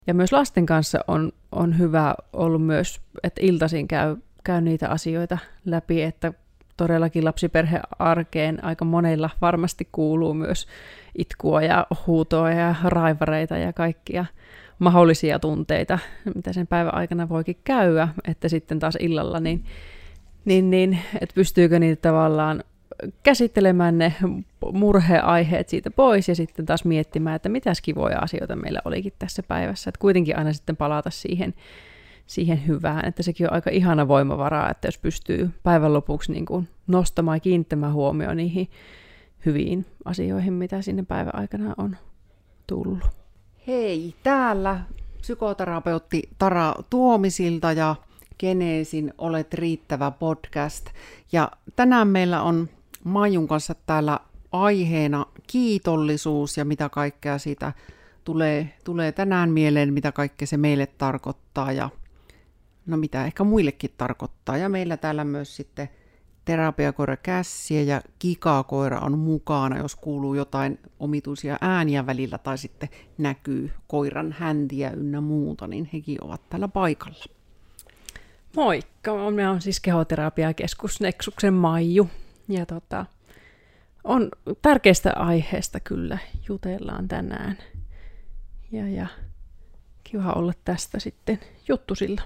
Ja myös lasten kanssa on hyvä ollut myös, että iltaisin käy niitä asioita läpi, että todellakin lapsiperhearkeen aika monella varmasti kuuluu myös itkua ja huutoa ja raivareita ja kaikkia mahdollisia tunteita, mitä sen päivän aikana voikin käydä, että sitten taas illalla, niin että pystyykö niitä tavallaan käsittelemään ne murheaiheet siitä pois ja sitten taas miettimään, että mitäs kivoja asioita meillä olikin tässä päivässä, että kuitenkin aina sitten palata siihen hyvään, että sekin on aika ihana voimavara, että jos pystyy päivän lopuksi niin kuin nostamaan ja kiinnittämään huomioon niihin hyviin asioihin, mitä sinne päivän aikana on tullut. Hei, täällä psykoterapeutti Tara Tuomisilta ja Geneesin Olet riittävä podcast. Ja tänään meillä on Maijun kanssa täällä aiheena kiitollisuus ja mitä kaikkea siitä tulee tänään mieleen, mitä kaikkea se meille tarkoittaa ja no mitä ehkä muillekin tarkoittaa. Ja meillä täällä myös sitten terapiakoira Kässiä ja Kikakoira on mukana, jos kuuluu jotain omituisia ääniä välillä tai sitten näkyy koiran häntiä ynnä muuta, niin hekin ovat täällä paikalla. Moikka, minä olen siis Kehoterapiakeskus Nexuksen Maiju ja on tärkeästä aiheesta kyllä jutellaan tänään ja kiva olla tästä sitten juttusilla.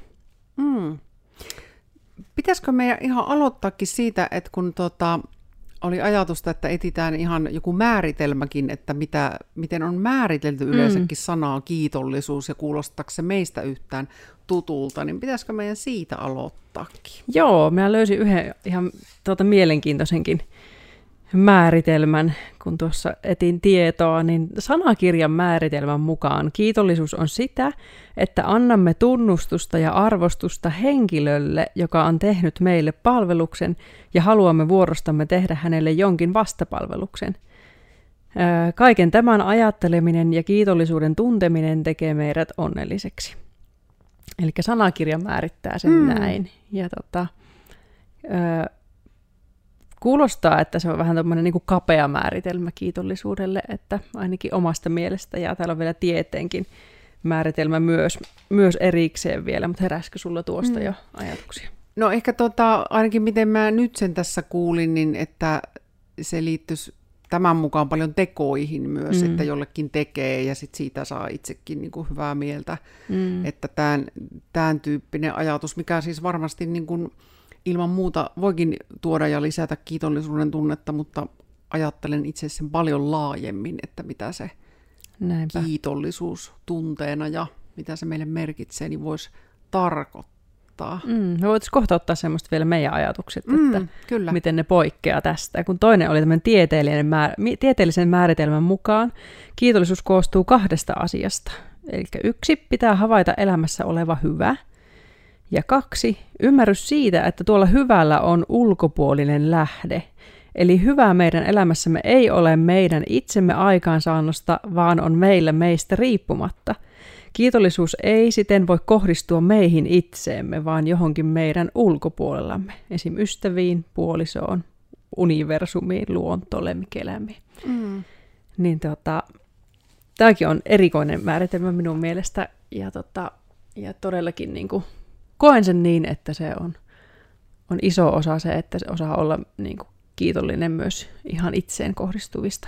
Pitäisikö meidän ihan aloittaakin siitä, että kun oli ajatusta, että etsitään ihan joku määritelmäkin, että miten on määritelty yleensäkin sanaa kiitollisuus ja kuulostaako se meistä yhtään tutulta, niin pitäisikö meidän siitä aloittaakin? Joo, minä löysin yhden ihan mielenkiintoisenkin määritelmän, kun tuossa etin tietoa, niin sanakirjan määritelmän mukaan kiitollisuus on sitä, että annamme tunnustusta ja arvostusta henkilölle, joka on tehnyt meille palveluksen ja haluamme vuorostamme tehdä hänelle jonkin vastapalveluksen. Kaiken tämän ajatteleminen ja kiitollisuuden tunteminen tekee meidät onnelliseksi. Eli sanakirja määrittää sen näin. Ja kuulostaa, että se on vähän tämmöinen niin kuin kapea määritelmä kiitollisuudelle, että ainakin omasta mielestä, ja täällä on vielä tieteenkin määritelmä myös erikseen vielä, mutta heräskö sulla tuosta jo ajatuksia? No ehkä ainakin miten mä nyt sen tässä kuulin, niin että se liittyisi tämän mukaan paljon tekoihin myös, että jollekin tekee ja sit siitä saa itsekin niin kuin hyvää mieltä, että tämän tyyppinen ajatus, mikä siis varmasti niin kuin ilman muuta voikin tuoda ja lisätä kiitollisuuden tunnetta, mutta ajattelen itse sen paljon laajemmin, että mitä se kiitollisuus tunteena ja mitä se meille merkitsee, niin voisi tarkoittaa. Me voitaisiin kohta ottaa semmoista vielä meidän ajatukset, että kyllä. Miten ne poikkeaa tästä. Kun toinen oli tämmöinen tieteellisen määritelmän mukaan, kiitollisuus koostuu 2 asiasta. Eli 1, pitää havaita elämässä oleva hyvä. Ja 2, ymmärrys siitä, että tuolla hyvällä on ulkopuolinen lähde. Eli hyvää meidän elämässämme ei ole meidän itsemme aikaansaannosta, vaan on meistä riippumatta. Kiitollisuus ei siten voi kohdistua meihin itseemme, vaan johonkin meidän ulkopuolellamme. Esim. Ystäviin, puolisoon, universumiin, luontoon, lemmikkieläimiin. Niin tämäkin on erikoinen määritelmä minun mielestä. Ja todellakin niin kuin koen sen niin, että se on iso osa se, että se osaa olla niin kuin kiitollinen myös ihan itseen kohdistuvista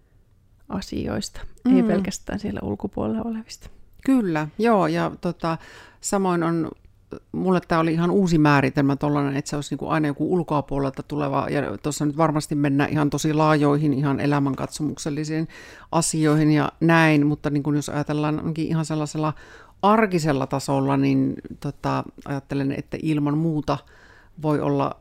asioista, ei pelkästään siellä ulkopuolella olevista. Kyllä, joo, ja samoin mulle tämä oli ihan uusi määritelmä tollainen, että se olisi niin kuin aina joku ulkopuolelta tuleva, ja tuossa nyt varmasti mennään ihan tosi laajoihin, ihan elämänkatsomuksellisiin asioihin ja näin, mutta niin kuin jos ajatellaan ihan sellaisella arkisella tasolla, niin ajattelen, että ilman muuta voi olla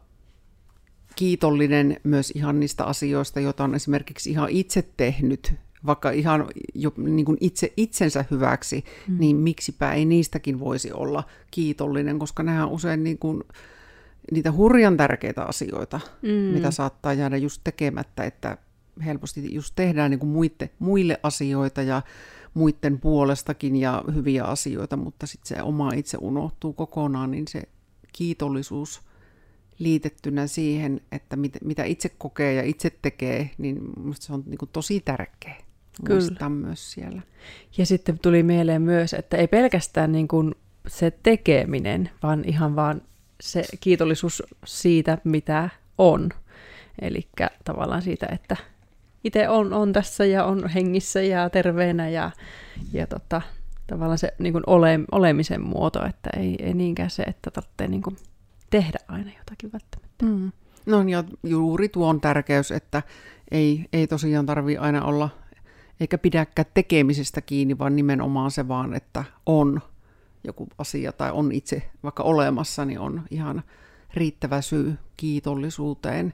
kiitollinen myös ihan niistä asioista, joita on esimerkiksi ihan itse tehnyt, vaikka ihan jo, niin kuin itsensä hyväksi, niin miksipä ei niistäkin voisi olla kiitollinen, koska nehän on usein niin kuin niitä hurjan tärkeitä asioita, mitä saattaa jäädä just tekemättä, että helposti just tehdään niin kuin muille asioita ja muiden puolestakin ja hyviä asioita, mutta sitten se oma itse unohtuu kokonaan, niin se kiitollisuus liitettynä siihen, että mitä itse kokee ja itse tekee, niin minusta se on niin kuin tosi tärkeä. muistaa myös siellä. Ja sitten tuli mieleen myös, että ei pelkästään niin kuin se tekeminen, vaan ihan vaan se kiitollisuus siitä, mitä on. Eli tavallaan siitä, että itse on tässä ja on hengissä ja terveenä ja tavallaan se niin kuin olemisen muoto, että ei niinkään se, että tarvitsee niin kuin tehdä aina jotakin välttämättä. Mm. No ja juuri tuon tärkeys, että ei tosiaan tarvitse aina olla, eikä pidäkään tekemisestä kiinni, vaan nimenomaan se vaan, että on joku asia tai on itse vaikka olemassa, niin on ihan riittävä syy kiitollisuuteen.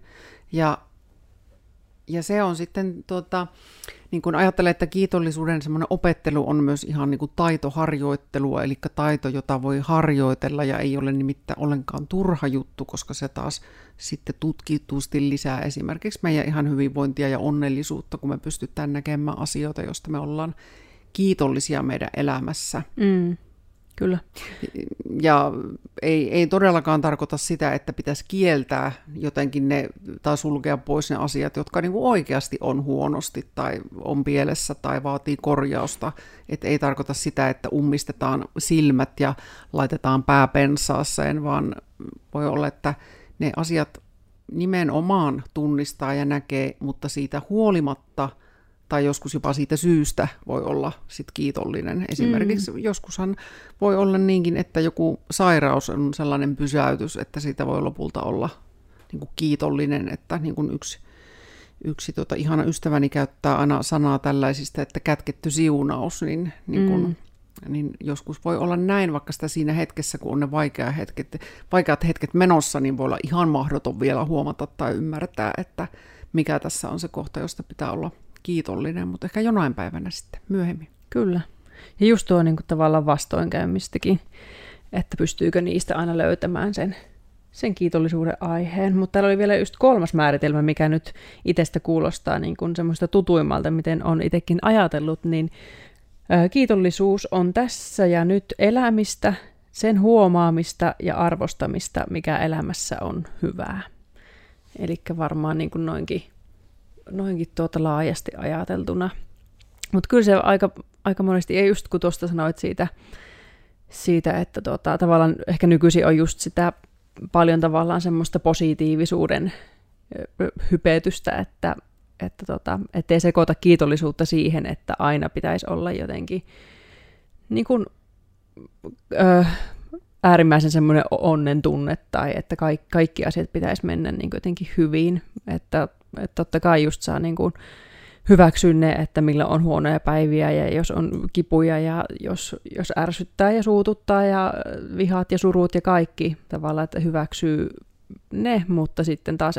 Ja se on sitten, niin kun ajattelee, että kiitollisuuden semmoinen opettelu on myös ihan niin kuin taitoharjoittelua, eli taito, jota voi harjoitella ja ei ole nimittäin ollenkaan turha juttu, koska se taas sitten tutkitusti lisää esimerkiksi meidän ihan hyvinvointia ja onnellisuutta, kun me pystytään näkemään asioita, joista me ollaan kiitollisia meidän elämässä. Kyllä. Ja ei todellakaan tarkoita sitä, että pitäisi kieltää jotenkin ne tai sulkea pois ne asiat, jotka niin kuin oikeasti on huonosti tai on pielessä tai vaatii korjausta. Et ei tarkoita sitä, että ummistetaan silmät ja laitetaan pää pensaaseen, vaan voi olla, että ne asiat nimenomaan tunnistaa ja näkee, mutta siitä huolimatta tai joskus jopa siitä syystä voi olla sit kiitollinen. Esimerkiksi joskushan voi olla niinkin, että joku sairaus on sellainen pysäytys, että siitä voi lopulta olla niin kuin kiitollinen, että niin kuin yksi ihana ystäväni käyttää aina sanaa tällaisista, että kätketty siunaus, niin joskus voi olla näin, vaikka sitä siinä hetkessä, kun on ne vaikeat hetket menossa, niin voi olla ihan mahdoton vielä huomata tai ymmärtää, että mikä tässä on se kohta, josta pitää olla kiitollinen, mutta ehkä jonain päivänä sitten myöhemmin. Kyllä. Ja just tuo niin kuin tavallaan vastoinkäymistäkin, että pystyykö niistä aina löytämään sen kiitollisuuden aiheen. Mutta täällä oli vielä just 3. määritelmä, mikä nyt itsestä kuulostaa niin kuin semmoista tutuimmalta, miten on itsekin ajatellut, niin kiitollisuus on tässä ja nyt elämistä, sen huomaamista ja arvostamista, mikä elämässä on hyvää. Eli varmaan niin kuin noinkin laajasti ajateltuna. Mutta kyllä se aika monesti, ja just kun tuosta sanoit siitä että tavallaan ehkä nykyisin on just sitä paljon tavallaan semmoista positiivisuuden hypetystä, että ettei sekoita kiitollisuutta siihen, että aina pitäisi olla jotenkin niin kuin, äärimmäisen semmoinen onnen tunne tai että kaikki asiat pitäisi mennä niin kuin jotenkin hyvin, että totta kai just saa niin kuin hyväksyä ne, että millä on huonoja päiviä ja jos on kipuja ja jos ärsyttää ja suututtaa ja vihat ja surut ja kaikki tavallaan, että hyväksyy ne, mutta sitten taas,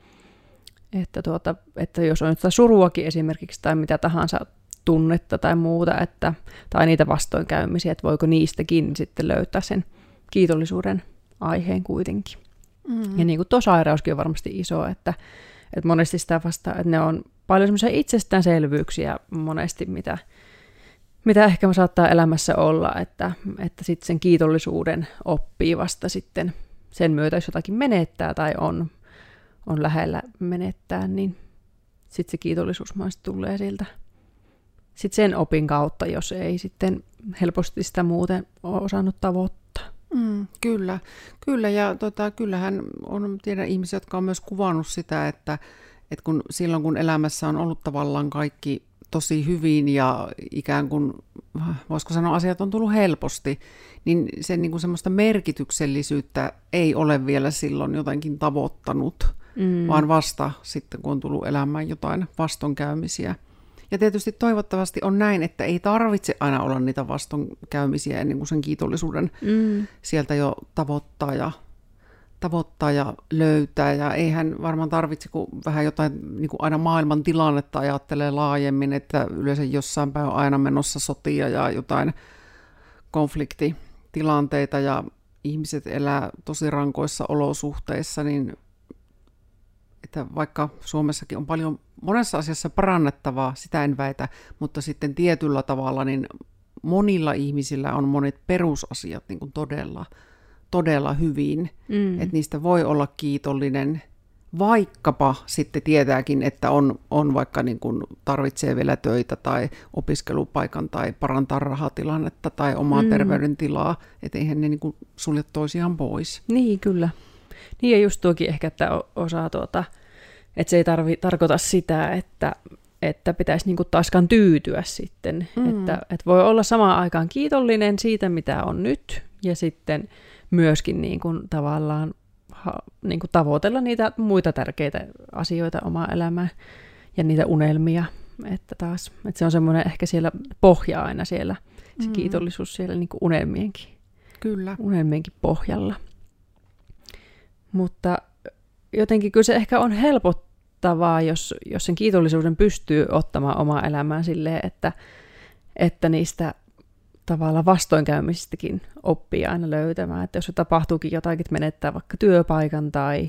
että jos on jotain suruakin esimerkiksi tai mitä tahansa tunnetta tai muuta, tai niitä vastoinkäymisiä, että voiko niistäkin sitten löytää sen kiitollisuuden aiheen kuitenkin. Mm-hmm. Ja niin kuin tuo sairauskin on varmasti iso, että monesti sitä vastaa, että ne on paljon semmoisia itsestäänselvyyksiä monesti, mitä ehkä saattaa elämässä olla, että sitten sen kiitollisuuden oppii vasta sitten sen myötä, jos jotakin menettää tai on lähellä menettää, niin sitten se kiitollisuus mahdollisesti tulee siltä sitten sen opin kautta, jos ei sitten helposti sitä muuten ole osannut tavoittaa. Kyllä ja kyllähän tiedän ihmisiä, jotka on myös kuvannut sitä, että kun silloin kun elämässä on ollut tavallaan kaikki tosi hyvin ja ikään kuin, voisiko sanoa, asiat on tullut helposti, niin sen niin kuin semmoista merkityksellisyyttä ei ole vielä silloin jotenkin tavoittanut, vaan vasta sitten kun on tullut elämään jotain vastonkäymisiä. Ja tietysti toivottavasti on näin, että ei tarvitse aina olla niitä vastonkäymisiä ennen kuin sen kiitollisuuden sieltä jo tavoittaa ja löytää. Ja eihän varmaan tarvitse, kun vähän jotain niin kuin aina maailman tilannetta ajattelee laajemmin, että yleensä jossain päin on aina menossa sotia ja jotain konfliktitilanteita ja ihmiset elää tosi rankoissa olosuhteissa, niin että vaikka Suomessakin on paljon monessa asiassa parannettavaa, sitä en väitä, mutta sitten tietyllä tavalla niin monilla ihmisillä on monet perusasiat niin kuin todella hyvin, että niistä voi olla kiitollinen, vaikkapa sitten tietääkin, että on vaikka niin kuin tarvitsee vielä töitä tai opiskelupaikan tai parantaa rahatilannetta tai omaa terveydentilaa, että eihän ne niin kuin sulje toisiaan pois. Niin, kyllä. Niin ja just tuokin ehkä, että osaa että se ei tarkoita sitä, että pitäisi niinku taaskaan tyytyä sitten. Että voi olla samaan aikaan kiitollinen siitä, mitä on nyt, ja sitten myöskin niinku tavallaan niinku tavoitella niitä muita tärkeitä asioita omaa elämää ja niitä unelmia. Että se on semmoinen ehkä siellä pohja aina siellä, se kiitollisuus siellä niinku unelmienkin pohjalla. Mutta jotenkin kyllä se ehkä on helpottavaa, jos sen kiitollisuuden pystyy ottamaan omaa elämään silleen, että niistä tavallaan vastoinkäymisistäkin oppii aina löytämään. Että jos se tapahtuukin jotakin, että menettää vaikka työpaikan tai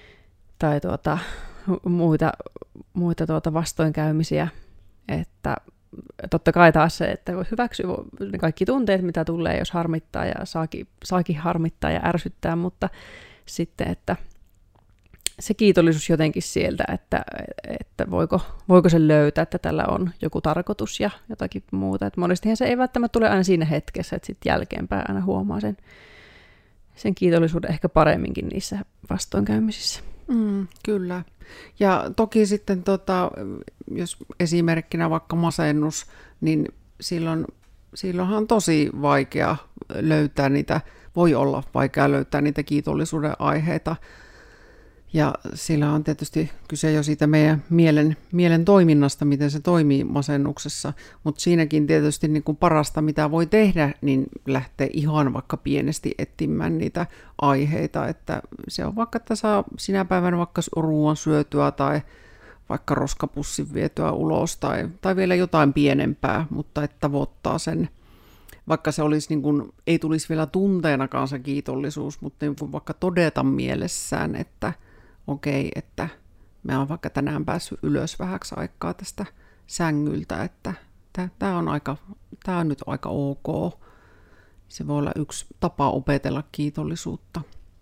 muita vastoinkäymisiä, että totta kai taas se, että voi hyväksyä ne kaikki tunteet, mitä tulee, jos harmittaa ja saakin harmittaa ja ärsyttää, mutta sitten, että se kiitollisuus jotenkin sieltä, että voiko se löytää, että tällä on joku tarkoitus ja jotakin muuta. Että monestihan se ei välttämättä tule aina siinä hetkessä, että sitten jälkeenpäin aina huomaa sen kiitollisuuden ehkä paremminkin niissä vastoinkäymisissä. Kyllä. Ja toki sitten, jos esimerkkinä vaikka masennus, niin silloinhan on tosi vaikea löytää niitä, voi olla vaikea löytää niitä kiitollisuuden aiheita. Ja sillä on tietysti kyse jo siitä meidän mielen toiminnasta, miten se toimii masennuksessa, mutta siinäkin tietysti niin kuin parasta, mitä voi tehdä, niin lähtee ihan vaikka pienesti etsimään niitä aiheita, että se on vaikka, että saa sinä päivänä vaikka ruoan syötyä tai vaikka roskapussin vietyä ulos tai vielä jotain pienempää, mutta että tavoittaa sen, vaikka se olisi niin kuin, ei tulisi vielä tunteenakaan se kiitollisuus, mutta niin kuin vaikka todeta mielessään, että okei, että mä oon vaikka tänään päässyt ylös vähäksi aikaa tästä sängyltä, että tämä on nyt aika ok. Se voi olla yksi tapa opetella kiitollisuutta.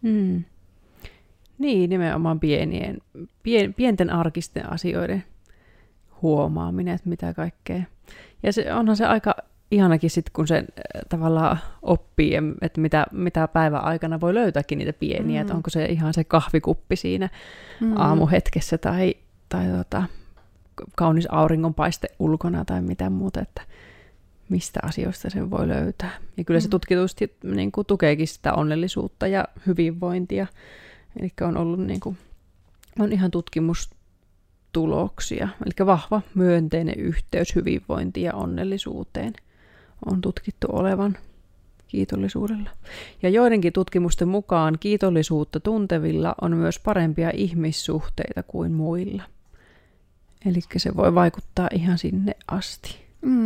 Niin, nimenomaan pienten arkisten asioiden huomaaminen, että mitä kaikkea. Ja onhan se aika ihanakin sitten, kun se tavallaan oppii, että mitä päivän aikana voi löytääkin niitä pieniä, että onko se ihan se kahvikuppi siinä aamuhetkessä tai kaunis auringonpaiste ulkona tai mitä muuta, että mistä asioista sen voi löytää. Ja kyllä se tutkitusti niin kuin tukeekin sitä onnellisuutta ja hyvinvointia. Eli on ollut on ihan tutkimustuloksia. Eli vahva myönteinen yhteys hyvinvointiin ja onnellisuuteen on tutkittu olevan kiitollisuudella. Ja joidenkin tutkimusten mukaan kiitollisuutta tuntevilla on myös parempia ihmissuhteita kuin muilla. Eli se voi vaikuttaa ihan sinne asti.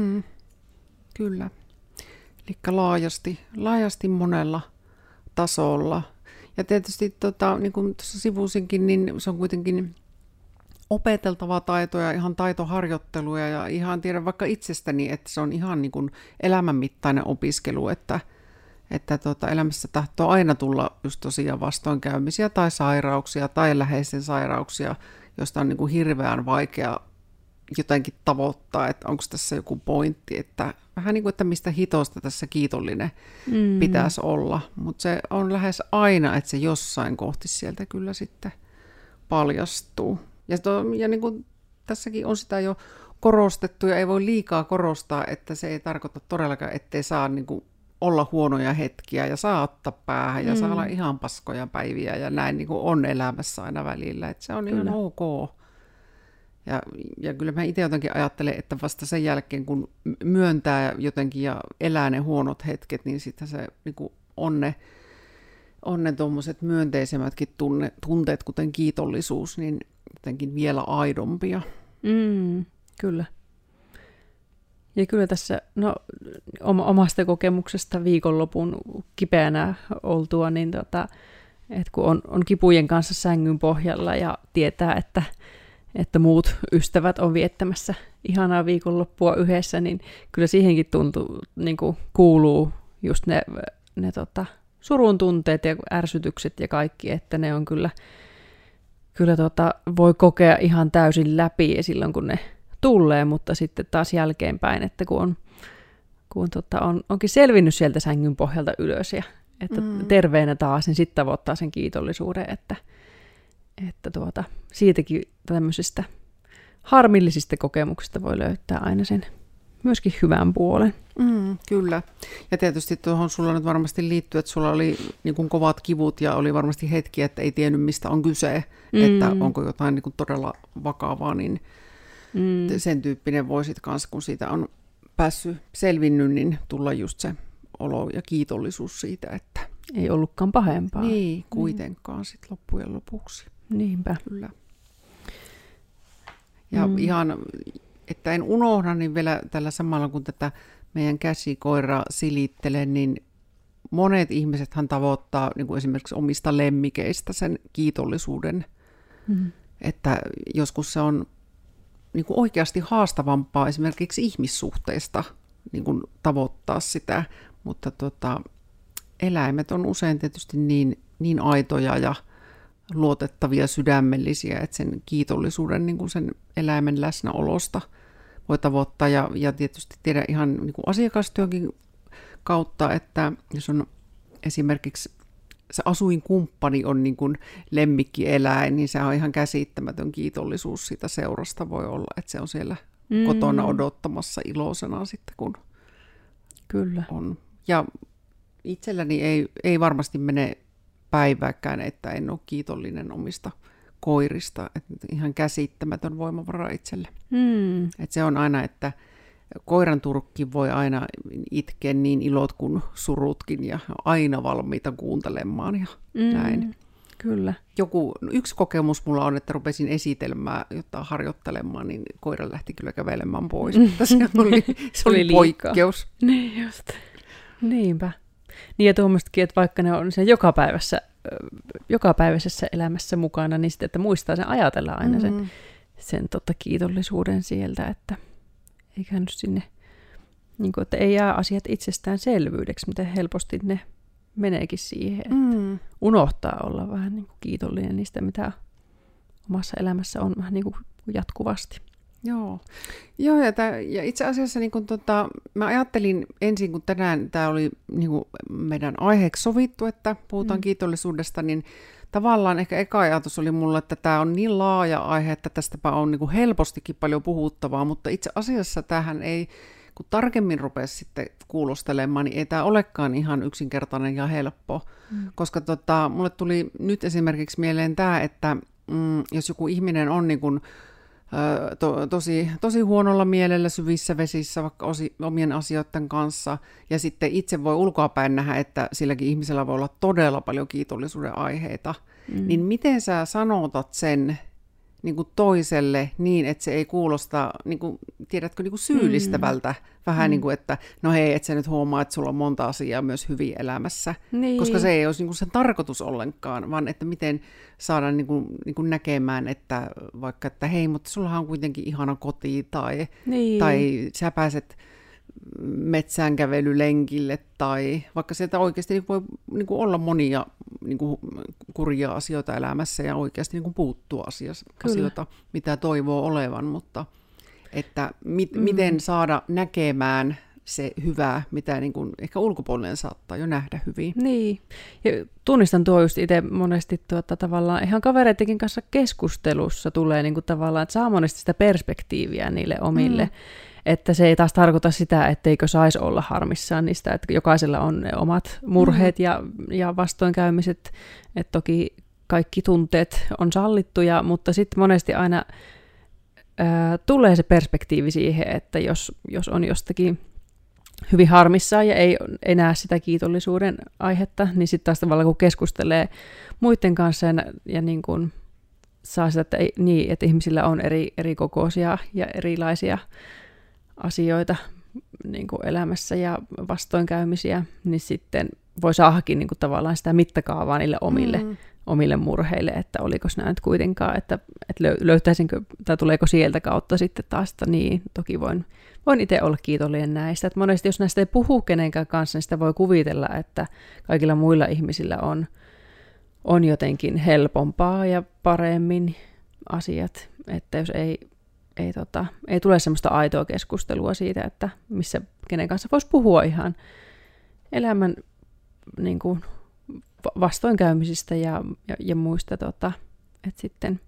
Kyllä. Eli laajasti monella tasolla. Ja tietysti, niin kuin tuossa sivusinkin, niin se on kuitenkin opeteltava taito ja ihan taitoharjoittelua ja ihan tiedän vaikka itsestäni, että se on ihan niin kuin elämänmittainen opiskelu, että elämässä tahtoo aina tulla just tosiaan vastoinkäymisiä tai sairauksia tai läheisten sairauksia, josta on niin kuin hirveän vaikea jotenkin tavoittaa, että onko tässä joku pointti, että vähän niin kuin, että mistä hitosta tässä kiitollinen pitäisi olla, mutta se on lähes aina, että se jossain kohti sieltä kyllä sitten paljastuu. Ja niin kuin tässäkin on sitä jo korostettu ja ei voi liikaa korostaa, että se ei tarkoita todellakaan, ettei saa niin kuin olla huonoja hetkiä ja saa ottaa päähän ja saa olla ihan paskoja päiviä ja näin niin kuin on elämässä aina välillä, että se on ihan ok. Ja kyllä mä itse jotenkin ajattelen, että vasta sen jälkeen, kun myöntää jotenkin ja elää ne huonot hetket, niin sitten se niin kuin on ne tuommoiset myönteisemmätkin tunteet, kuten kiitollisuus, niin jotenkin vielä aidompia. Kyllä. Ja kyllä tässä omasta kokemuksesta viikonlopun kipeänä oltua, niin että kun on kipujen kanssa sängyn pohjalla ja tietää, että muut ystävät on viettämässä ihanaa viikonloppua yhdessä, niin kyllä siihenkin tuntuu, niin kuin kuuluu just ne surun tunteet ja ärsytykset ja kaikki, että ne on kyllä kyllä voi kokea ihan täysin läpi silloin, kun ne tulee, mutta sitten taas jälkeenpäin, että kun onkin selvinnyt sieltä sängyn pohjalta ylös ja että terveenä taas, niin sitten tavoittaa sen kiitollisuuden, että siitäkin tämmöisistä harmillisista kokemuksista voi löytää aina sen myöskin hyvän puolen. Kyllä. Ja tietysti tuohon sulla nyt varmasti liittyy, että sulla oli niin kuin kovat kivut ja oli varmasti hetki, että ei tiennyt mistä on kyse, että onko jotain niin kuin todella vakavaa, niin sen tyyppinen voi sitten kanssa, kun siitä on päässyt selvinnyt, niin tulla just se olo ja kiitollisuus siitä, että ei ollutkaan pahempaa. Niin, kuitenkaan sitten loppujen lopuksi. Niinpä. Kyllä. Ja ihan, että en unohda, niin vielä tällä samalla kun tätä meidän käsikoiraa silittelee, niin monet ihmisethän tavoittaa niin kuin esimerkiksi omista lemmikeistä sen kiitollisuuden, että joskus se on niin kuin oikeasti haastavampaa esimerkiksi ihmissuhteista niin kuin tavoittaa sitä, mutta eläimet on usein tietysti niin aitoja ja luotettavia, sydämellisiä, että sen kiitollisuuden niin kuin sen eläimen läsnäolosta voi tavoittaa. Ja tietysti tiedä ihan niin kuin asiakastyönkin kautta, että jos on esimerkiksi se asuinkumppani on niin kuin lemmikkieläin, niin se on ihan käsittämätön kiitollisuus siitä seurasta voi olla, että se on siellä kotona odottamassa iloisena sitten, kun kyllä on. Ja itselläni ei varmasti mene päivääkään, että en ole kiitollinen omista koirista. Että ihan käsittämätön voimavara itselle. Että se on aina, että koiran turkki voi aina itkeä niin ilot kuin surutkin ja aina valmiita kuuntelemaan ja näin. Kyllä. Yksi kokemus mulla on, että rupesin esitelmää, jotta harjoittelemaan, niin koira lähti kyllä kävelemään pois. Mutta se oli poikkeus. Niin just. Niinpä. Niin ja tuommoistakin, että vaikka ne on sen jokapäiväisessä elämässä mukana, niin sitten, että muistaa sen ajatella aina sen kiitollisuuden sieltä, että ei käynyt sinne, niin kuin, että ei jää asiat itsestäänselvyydeksi, miten helposti ne meneekin siihen, että unohtaa olla vähän niin kuin kiitollinen niistä, mitä omassa elämässä on vähän niin kuin jatkuvasti. Joo, ja itse asiassa niin kun mä ajattelin ensin, kun tänään tämä oli niin kun meidän aiheeksi sovittu, että puhutaan kiitollisuudesta, niin tavallaan ehkä eka ajatus oli mulla, että tämä on niin laaja aihe, että tästäpä on niin kun helpostikin paljon puhuttavaa, mutta itse asiassa tämähän ei, kun tarkemmin rupesi sitten kuulostelemaan, niin ei tämä olekaan ihan yksinkertainen ja helppo, koska mulle tuli nyt esimerkiksi mieleen tämä, että jos joku ihminen on niin kun tosi huonolla mielellä syvissä vesissä vaikka omien asioiden kanssa, ja sitten itse voi ulkoapäin nähdä, että silläkin ihmisellä voi olla todella paljon kiitollisuuden aiheita, niin miten sä sanotat sen niin kuin toiselle niin, että se ei kuulosta, niin kuin, tiedätkö, niin kuin syyllistävältä, vähän niin kuin, että no hei, et sä nyt huomaa, että sulla on monta asiaa myös hyvin elämässä, koska se ei olisi niin kuin sen tarkoitus ollenkaan, vaan että miten saada niin kuin näkemään, että vaikka, että hei, mutta sullahan on kuitenkin ihana koti, tai sä pääset metsään kävelylenkille, tai vaikka sieltä oikeasti niin voi niin kuin olla monia niin kuin kurjia asioita elämässä ja oikeasti niin kuin puuttua asioita, mitä toivoo olevan, mutta että miten saada näkemään se hyvä, mitä niin kuin ehkä ulkopuolinen saattaa jo nähdä hyvin. Niin, ja tunnistan tuo just itse monesti tavallaan ihan kavereidenkin kanssa keskustelussa tulee niin kuin tavallaan, että saa monesti sitä perspektiiviä niille omille, että se ei taas tarkoita sitä, etteikö saisi olla harmissaan niistä, että jokaisella on ne omat murheet ja vastoinkäymiset, että toki kaikki tunteet on sallittuja, mutta sitten monesti aina tulee se perspektiivi siihen, että jos on jostakin hyvin harmissaan ja ei näe sitä kiitollisuuden aihetta, niin sitten taas tavallaan kun keskustelee muiden kanssa ja niin kuin saa sitä, että ihmisillä on eri kokoisia ja erilaisia asioita niin kuin elämässä ja vastoinkäymisiä, niin sitten voi saadakin niin kuin tavallaan sitä mittakaavaa niille omille murheille, että oliko nämä nyt kuitenkaan, että löytäisinkö, tai tuleeko sieltä kautta sitten taas, että niin, toki voin itse olla kiitollinen näistä. Että monesti jos näistä ei puhu kenenkään kanssa, niin sitä voi kuvitella, että kaikilla muilla ihmisillä on jotenkin helpompaa ja paremmin asiat, että jos ei tule semmoista aitoa keskustelua siitä, että missä kenen kanssa voisi puhua ihan elämän niin kuin vastoinkäymisistä ja muista, että sitten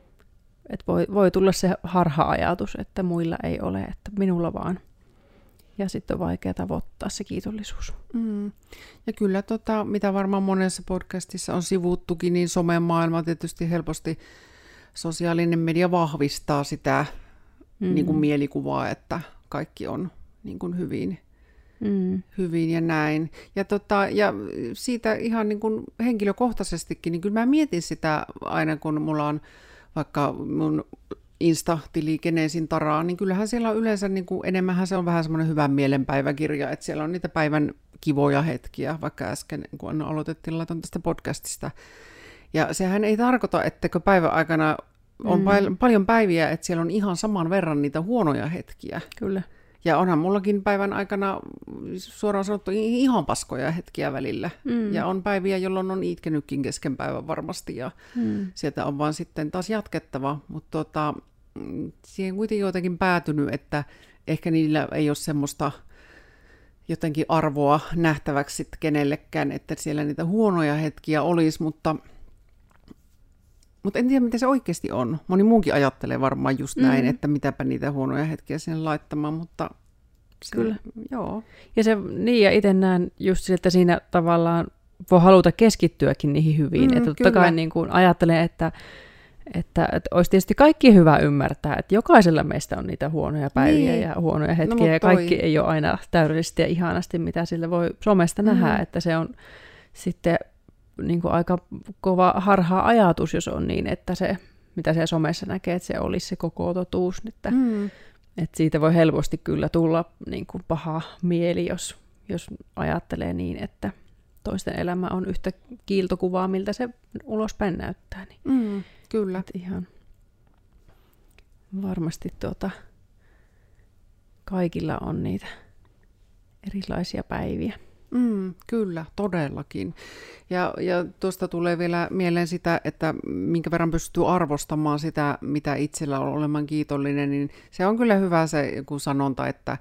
voi tulla se harha-ajatus, että muilla ei ole, että minulla vaan. Ja sitten on vaikea tavoittaa se kiitollisuus. Ja kyllä, mitä varmaan monessa podcastissa on sivuttukin, niin somemaailma tietysti helposti sosiaalinen media vahvistaa sitä niin kuin mielikuvaa, että kaikki on niin kuin hyvin ja näin. Ja siitä ihan niin kuin henkilökohtaisestikin, niin kyllä mä mietin sitä aina, kun mulla on vaikka mun Insta-tili Geneesin Taraa, niin kyllähän siellä on yleensä, niin kuin, enemmänhän se on vähän semmoinen hyvän mielen päiväkirja, että siellä on niitä päivän kivoja hetkiä, vaikka äsken, kun aloitettiin laiton tästä podcastista. Ja sehän ei tarkoita, ettekö päivän aikana on paljon päiviä, että siellä on ihan saman verran niitä huonoja hetkiä. Kyllä. Ja onhan mullakin päivän aikana suoraan sanottu ihan paskoja hetkiä välillä. Ja on päiviä, jolloin on itkenytkin kesken päivän varmasti. Ja sieltä on vaan sitten taas jatkettava. Mutta siihen kuitenkin jotenkin päätynyt, että ehkä niillä ei ole semmoista jotenkin arvoa nähtäväksi kenellekään, että siellä niitä huonoja hetkiä olisi, mutta en tiedä, mitä se oikeasti on. Moni muukin ajattelee varmaan just näin, että mitäpä niitä huonoja hetkiä sinne laittamaan, mutta kyllä. Joo. Ja ja itse näen just siltä, että siinä tavallaan voi haluta keskittyäkin niihin hyviin. Että totta kai niin kuin ajattelen, että olisi tietysti kaikki hyvä ymmärtää, että jokaisella meistä on niitä huonoja päiviä ja huonoja hetkiä, ja kaikki ei ole aina täydellisesti ja ihanasti, mitä sillä voi somesta nähdä, että se on sitten niin kuin aika kova harhaa ajatus, jos on niin, että se, mitä siellä somessa näkee, että se olisi se koko totuus. Että siitä voi helposti kyllä tulla niin kuin paha mieli, jos ajattelee niin, että toisten elämä on yhtä kiiltokuvaa, miltä se ulospäin näyttää. Niin. Kyllä. Et ihan varmasti kaikilla on niitä erilaisia päiviä. Kyllä, todellakin. Ja tuosta tulee vielä mieleen sitä, että minkä verran pystyy arvostamaan sitä, mitä itsellä on olemaan kiitollinen, niin se on kyllä hyvä se joku sanonta, että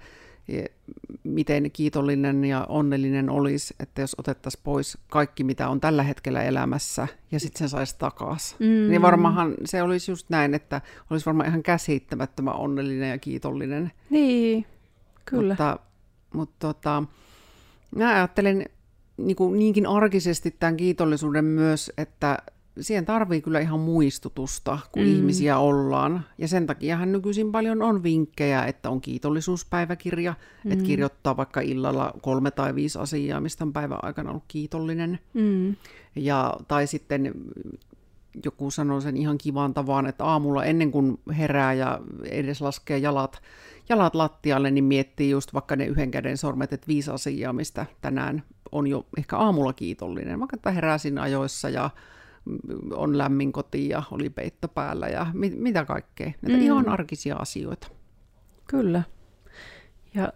miten kiitollinen ja onnellinen olisi, että jos otettaisiin pois kaikki, mitä on tällä hetkellä elämässä, ja sitten sen saisi takaisin. Niin varmaanhan se olisi just näin, että olisi varmaan ihan käsittämättömän onnellinen ja kiitollinen. Niin, kyllä. Mutta mä ajattelen niinkin arkisesti tämän kiitollisuuden myös, että siihen tarvii kyllä ihan muistutusta, kun ihmisiä ollaan. Ja sen takiahan nykyisin paljon on vinkkejä, että on kiitollisuuspäiväkirja, että kirjoittaa vaikka illalla 3 tai 5 asiaa, mistä on päivän aikana ollut kiitollinen. Tai sitten joku sanoo sen ihan kivan tavan, että aamulla ennen kuin herää ja edes laskee jalat lattialle, niin miettii just vaikka ne yhden käden sormet, että 5 asiaa, mistä tänään on jo ehkä aamulla kiitollinen. Vaikka että heräsin ajoissa ja on lämmin koti ja oli peitto päällä ja mitä kaikkea. Näitä ihan arkisia asioita. Kyllä. Ja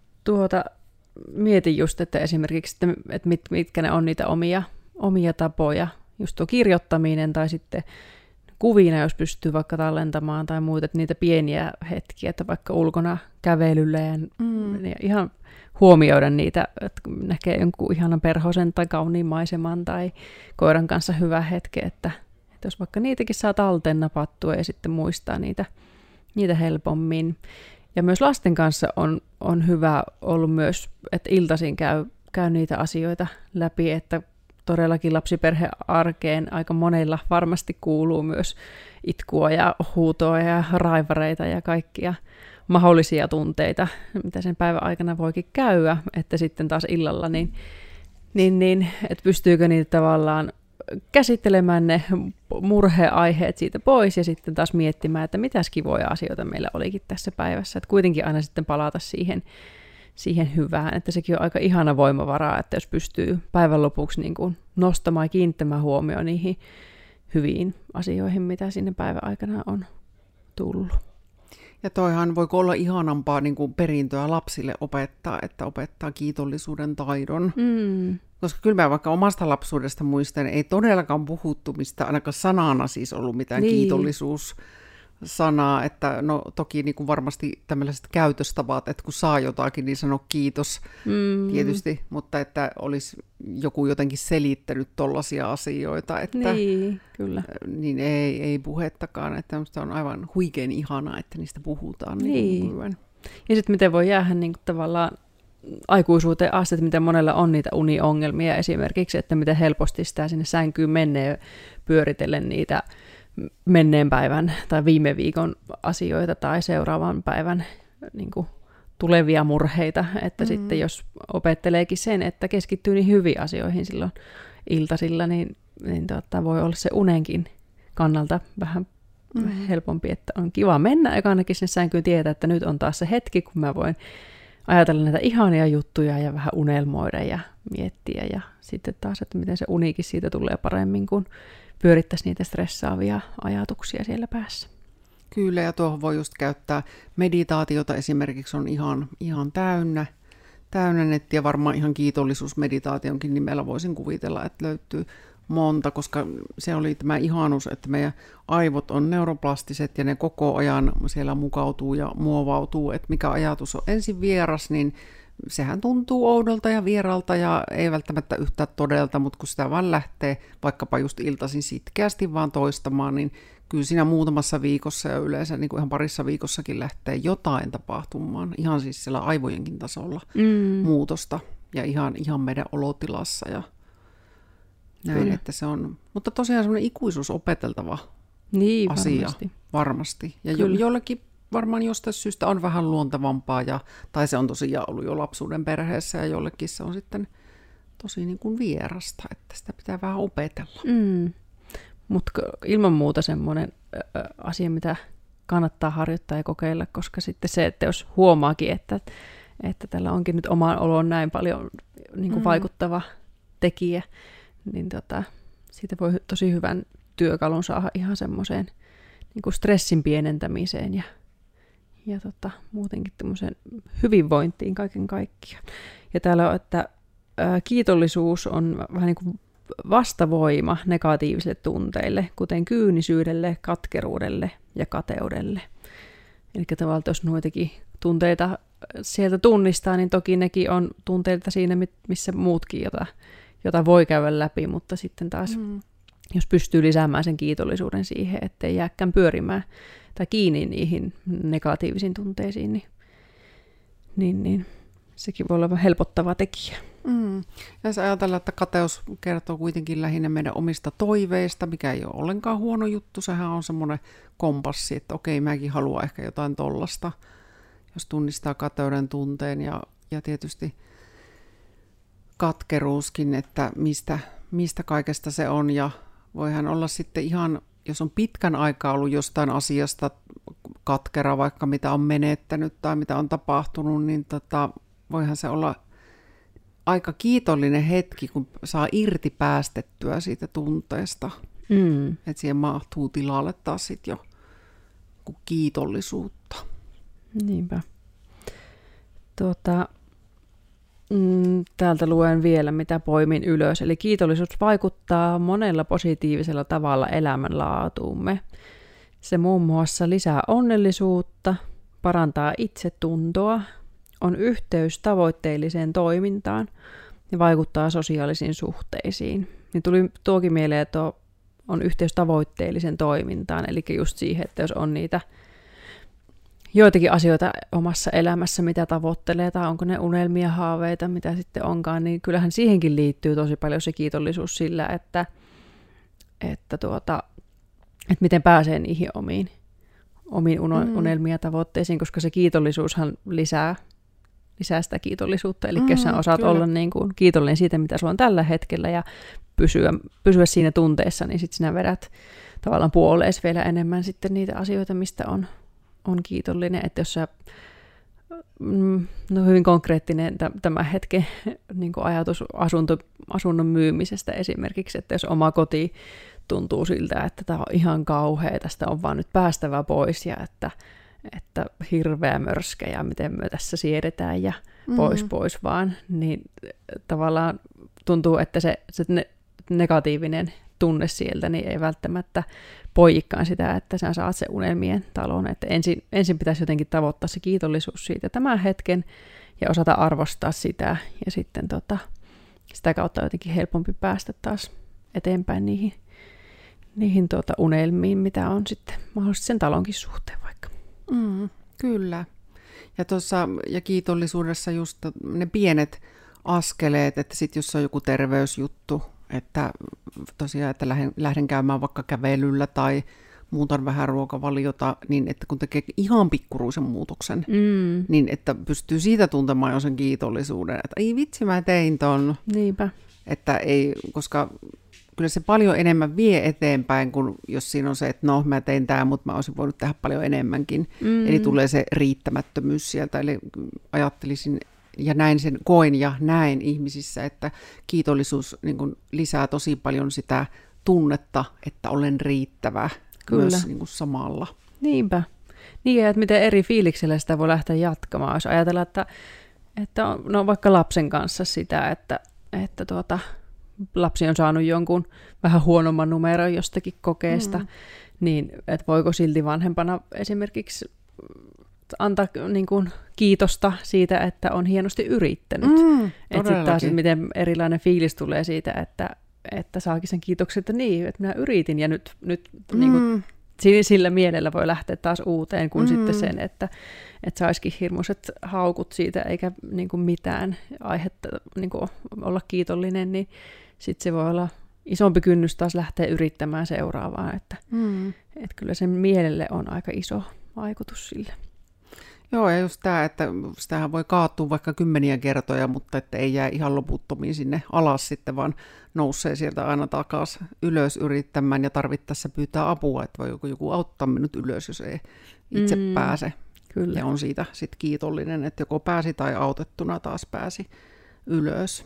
mietin just, että esimerkiksi, että mitkä ne on niitä omia tapoja, just tuo kirjoittaminen tai sitten kuvina, jos pystyy vaikka tallentamaan tai muuta, että niitä pieniä hetkiä, että vaikka ulkona kävelyllä ja ihan huomioida niitä, että näkee jonkun ihanan perhosen tai kauniin maiseman tai koiran kanssa hyvä hetki, että jos vaikka niitäkin saa talteen napattua ja sitten muistaa niitä helpommin. Ja myös lasten kanssa on hyvä ollut myös, että iltaisin käy niitä asioita läpi, että todellakin lapsiperhearkeen aika monella varmasti kuuluu myös itkua ja huutoa ja raivareita ja kaikkia mahdollisia tunteita, mitä sen päivän aikana voikin käydä, että sitten taas illalla, niin että pystyykö niitä tavallaan käsittelemään ne murheaiheet siitä pois ja sitten taas miettimään, että mitäs kivoja asioita meillä olikin tässä päivässä, että kuitenkin aina sitten palata siihen hyvään, että sekin on aika ihana voimavara, että jos pystyy päivän lopuksi niin kuin nostamaan ja kiinnittämään huomioon niihin hyviin asioihin, mitä sinne päivän aikana on tullut. Ja toihan voiko olla ihanampaa niin kuin perintöä lapsille opettaa, että opettaa kiitollisuuden taidon. Koska kyllä mä vaikka omasta lapsuudesta muistan, ei todellakaan puhuttu mistä ainakaan sanana siis ollut mitään kiitollisuussanaa, että no toki niin kuin varmasti tämmöiset käytöstavat, että kun saa jotakin, niin sano kiitos tietysti, mutta että olisi joku jotenkin selittänyt tollaisia asioita, että kyllä. Niin ei puhettakaan, että on aivan huikein ihanaa, että niistä puhutaan. Niin. Ja sitten miten voi jäädä niin kuin tavallaan aikuisuuteen asti, että miten monella on niitä uniongelmia esimerkiksi, että miten helposti sitä sinne sänkyyn menee pyöritellen niitä menneen päivän tai viime viikon asioita tai seuraavan päivän niin kuin tulevia murheita, että sitten jos opetteleekin sen, että keskittyy niin hyviin asioihin silloin iltasilla, niin voi olla se unenkin kannalta vähän helpompi, että on kiva mennä eikä ainakin sinne sänkyyn tietää, että nyt on taas se hetki, kun mä voin ajatella näitä ihania juttuja ja vähän unelmoida ja miettiä ja sitten taas, että miten se unikin siitä tulee paremmin, kun pyörittäisi niitä stressaavia ajatuksia siellä päässä. Kyllä, ja tuohon voi just käyttää meditaatiota esimerkiksi on ihan täynnä nettiä, varmaan ihan kiitollisuusmeditaationkin nimellä voisin kuvitella, että löytyy monta, koska se oli tämä ihanus, että meidän aivot on neuroplastiset ja ne koko ajan siellä mukautuu ja muovautuu, että mikä ajatus on ensin vieras, niin sehän tuntuu oudolta ja vieralta ja ei välttämättä yhtään todelta, mutta kun sitä vaan lähtee vaikkapa just iltaisin sitkeästi vaan toistamaan, niin kyllä siinä muutamassa viikossa ja yleensä niin kuin ihan parissa viikossakin lähtee jotain tapahtumaan, ihan siis siellä aivojenkin tasolla muutosta ja ihan meidän olotilassa ja näin, että se on, mutta tosiaan semmoinen ikuisuus opeteltava asia varmasti. Ja jollekin varmaan jostain syystä on vähän luontevampaa, tai se on tosiaan ollut jo lapsuuden perheessä, ja jollekin se on sitten tosi niin kuin vierasta, että sitä pitää vähän opetella. Mutta ilman muuta semmoinen asia, mitä kannattaa harjoittaa ja kokeilla, koska sitten se, että jos huomaakin, että tällä onkin nyt omaan oloon näin paljon niin kuin vaikuttava tekijä, niin siitä voi tosi hyvän työkalun saada ihan semmoiseen niin kuin stressin pienentämiseen ja muutenkin tämmöiseen hyvinvointiin kaiken kaikkiaan. Ja täällä on, että kiitollisuus on vähän niin kuin vastavoima negatiivisille tunteille, kuten kyynisyydelle, katkeruudelle ja kateudelle. Eli tavallaan, jos noitakin tunteita sieltä tunnistaa, niin toki nekin on tunteita siinä, missä muutkin, jota voi käydä läpi, mutta sitten taas, jos pystyy lisäämään sen kiitollisuuden siihen, ettei jääkään pyörimään tai kiinni niihin negatiivisiin tunteisiin, niin sekin voi olla helpottava tekijä. Ja jos ajatellaan, että kateus kertoo kuitenkin lähinnä meidän omista toiveista, mikä ei ole ollenkaan huono juttu, sehän on semmoinen kompassi, että okei, mäkin haluan ehkä jotain tollasta, jos tunnistaa kateuden tunteen ja tietysti katkeruuskin, että mistä kaikesta se on, ja voihan olla sitten ihan, jos on pitkän aikaa ollut jostain asiasta katkera, vaikka mitä on menettänyt tai mitä on tapahtunut, niin voihan se olla aika kiitollinen hetki, kun saa irti päästettyä siitä tunteesta. Että siihen mahtuu tilalle taas sitten jo kiitollisuutta. Niinpä. Täältä luen vielä, mitä poimin ylös. Eli kiitollisuus vaikuttaa monella positiivisella tavalla elämänlaatuumme. Se muun muassa lisää onnellisuutta, parantaa itsetuntoa, on yhteys tavoitteelliseen toimintaan ja vaikuttaa sosiaalisiin suhteisiin. Niin tuli tuokin mieleen, että on yhteys tavoitteelliseen toimintaan, eli just siihen, että jos on niitä joitakin asioita omassa elämässä, mitä tavoittelee, tai onko ne unelmia, haaveita, mitä sitten onkaan, niin kyllähän siihenkin liittyy tosi paljon se kiitollisuus sillä, että miten pääsee niihin omiin unelmia tavoitteisiin, koska se kiitollisuushan lisää sitä kiitollisuutta. Eli jos sä osaat olla niin kuin kiitollinen siitä, mitä sulla on tällä hetkellä, ja pysyä siinä tunteessa, niin sitten sinä vedät tavallaan puolees vielä enemmän sitten niitä asioita, mistä on kiitollinen. Että jos sä, hyvin konkreettinen tämä hetken niin kuin ajatus asunnon myymisestä esimerkiksi, että jos oma koti tuntuu siltä, että tämä on ihan kauhea, tästä on vaan nyt päästävä pois, ja että hirveä mörskä ja miten me tässä siedetään ja pois vaan, niin tavallaan tuntuu, että se negatiivinen tunne sieltä niin ei välttämättä poijikaan sitä, että sä saat se unelmien talon. Että ensin pitäisi jotenkin tavoittaa se kiitollisuus siitä tämän hetken ja osata arvostaa sitä ja sitten sitä kautta on jotenkin helpompi päästä taas eteenpäin niihin unelmiin, mitä on sitten mahdollisesti sen talonkin suhteen vaikka. Kyllä. Ja kiitollisuudessa just ne pienet askeleet, että sitten jos on joku terveysjuttu, että tosiaan, että lähden käymään vaikka kävelyllä tai muutan vähän ruokavaliota, niin että kun tekee ihan pikkuruisen muutoksen, niin että pystyy siitä tuntemaan jo sen kiitollisuuden, että ei vitsi, mä tein ton. Niinpä. Että ei, koska kyllä se paljon enemmän vie eteenpäin, kuin jos siinä on se, että no mä tein tämän, mutta mä olisin voinut tehdä paljon enemmänkin. Eli tulee se riittämättömyys sieltä, eli ajattelisin ja koin ja näin ihmisissä, että kiitollisuus niin kuin lisää tosi paljon sitä tunnetta, että olen riittävä. Kyllä. Myös niin kuin samalla. Niinpä. Niin, että miten eri fiiliksellä sitä voi lähteä jatkamaan. Jos ajatellaan, että on vaikka lapsen kanssa sitä, että lapsi on saanut jonkun vähän huonomman numeron jostakin kokeesta, niin että voiko silti vanhempana esimerkiksi antaa niin kuin kiitosta siitä, että on hienosti yrittänyt. Että sitten taas, miten erilainen fiilis tulee siitä, että saakin sen kiitoksen, että niin, että minä yritin ja nyt niin kuin sillä mielellä voi lähteä taas uuteen kuin sitten sen, että saisikin hirmuiset haukut siitä eikä niin kuin mitään aihetta niin kuin olla kiitollinen, niin sitten se voi olla isompi kynnys taas lähteä yrittämään seuraavaan, että kyllä sen mielelle on aika iso vaikutus sille. Joo, ja just tämä, että sitähän voi kaatua vaikka 10 kertoja, mutta että ei jää ihan loputtomiin sinne alas sitten, vaan nousee sieltä aina takaisin ylös yrittämään ja tarvittaessa pyytää apua, että voi joku auttaa minut ylös, jos ei itse pääse. Kyllä. Ja on siitä sitten kiitollinen, että joko pääsi tai autettuna taas pääsi ylös.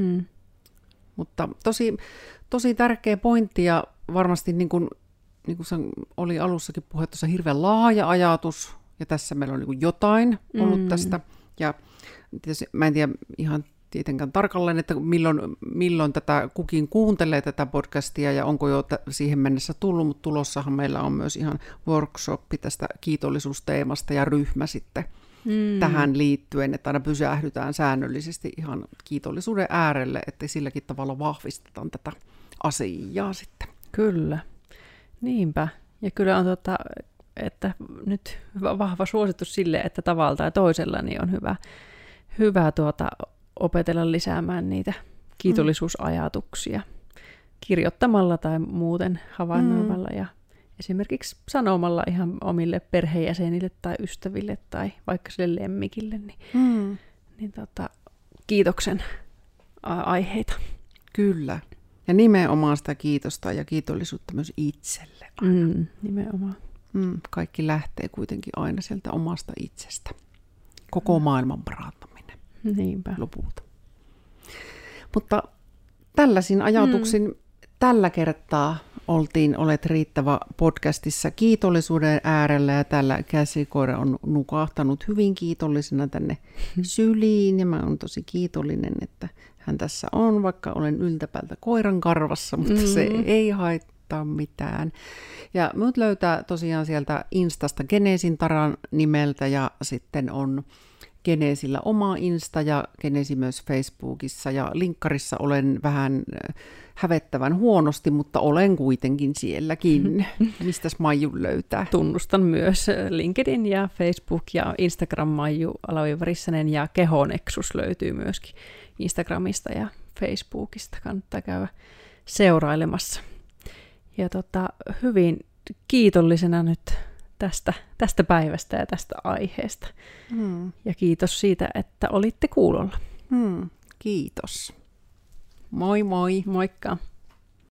Mutta tosi tärkeä pointti ja varmasti niin kuin oli alussakin puhe, tuossa hirveän laaja ajatus, ja tässä meillä on niin kuin jotain ollut tästä. Ja mä en tiedä ihan tietenkään tarkalleen, että milloin tätä kukin kuuntelee tätä podcastia ja onko jo siihen mennessä tullut, mutta tulossahan meillä on myös ihan workshoppi tästä kiitollisuusteemasta ja ryhmä sitten tähän liittyen, että aina pysähdytään säännöllisesti ihan kiitollisuuden äärelle, että silläkin tavalla vahvistetaan tätä asiaa sitten. Kyllä, niinpä. Ja kyllä on että nyt vahva suositus sille, että tavalla tai toisella niin on hyvä opetella lisäämään niitä kiitollisuusajatuksia kirjoittamalla tai muuten havainnoimalla ja esimerkiksi sanomalla ihan omille perheenjäsenille tai ystäville tai vaikka sille lemmikille, niin kiitoksen aiheita. Kyllä. Ja nimenomaan sitä kiitosta ja kiitollisuutta myös itselle. Nimenomaan. Kaikki lähtee kuitenkin aina sieltä omasta itsestä. Koko maailman parantaminen. Niinpä. Lopulta. Mutta tällaisin ajatuksin tällä kertaa Olet riittävä podcastissa kiitollisuuden äärellä ja tällä käsikoira on nukahtanut hyvin kiitollisena tänne syliin ja mä oon tosi kiitollinen, että hän tässä on, vaikka olen yltäpäältä koiran karvassa, mutta se ei haittaa mitään. Ja minut löytää tosiaan sieltä Instasta Geneesin Taran nimeltä ja sitten on Geneesillä oma Insta ja Geneesi myös Facebookissa ja linkkarissa olen vähän hävettävän huonosti, mutta olen kuitenkin sielläkin. Mistäs Maiju löytää? Tunnustan myös LinkedIn ja Facebook ja Instagram Maiju _Rissanen ja Kehonexus löytyy myöskin Instagramista ja Facebookista. Kannattaa käydä seurailemassa. Ja hyvin kiitollisena nyt tästä päivästä ja tästä aiheesta. Ja kiitos siitä, että olitte kuulolla. Kiitos. Moi moi. Moikka.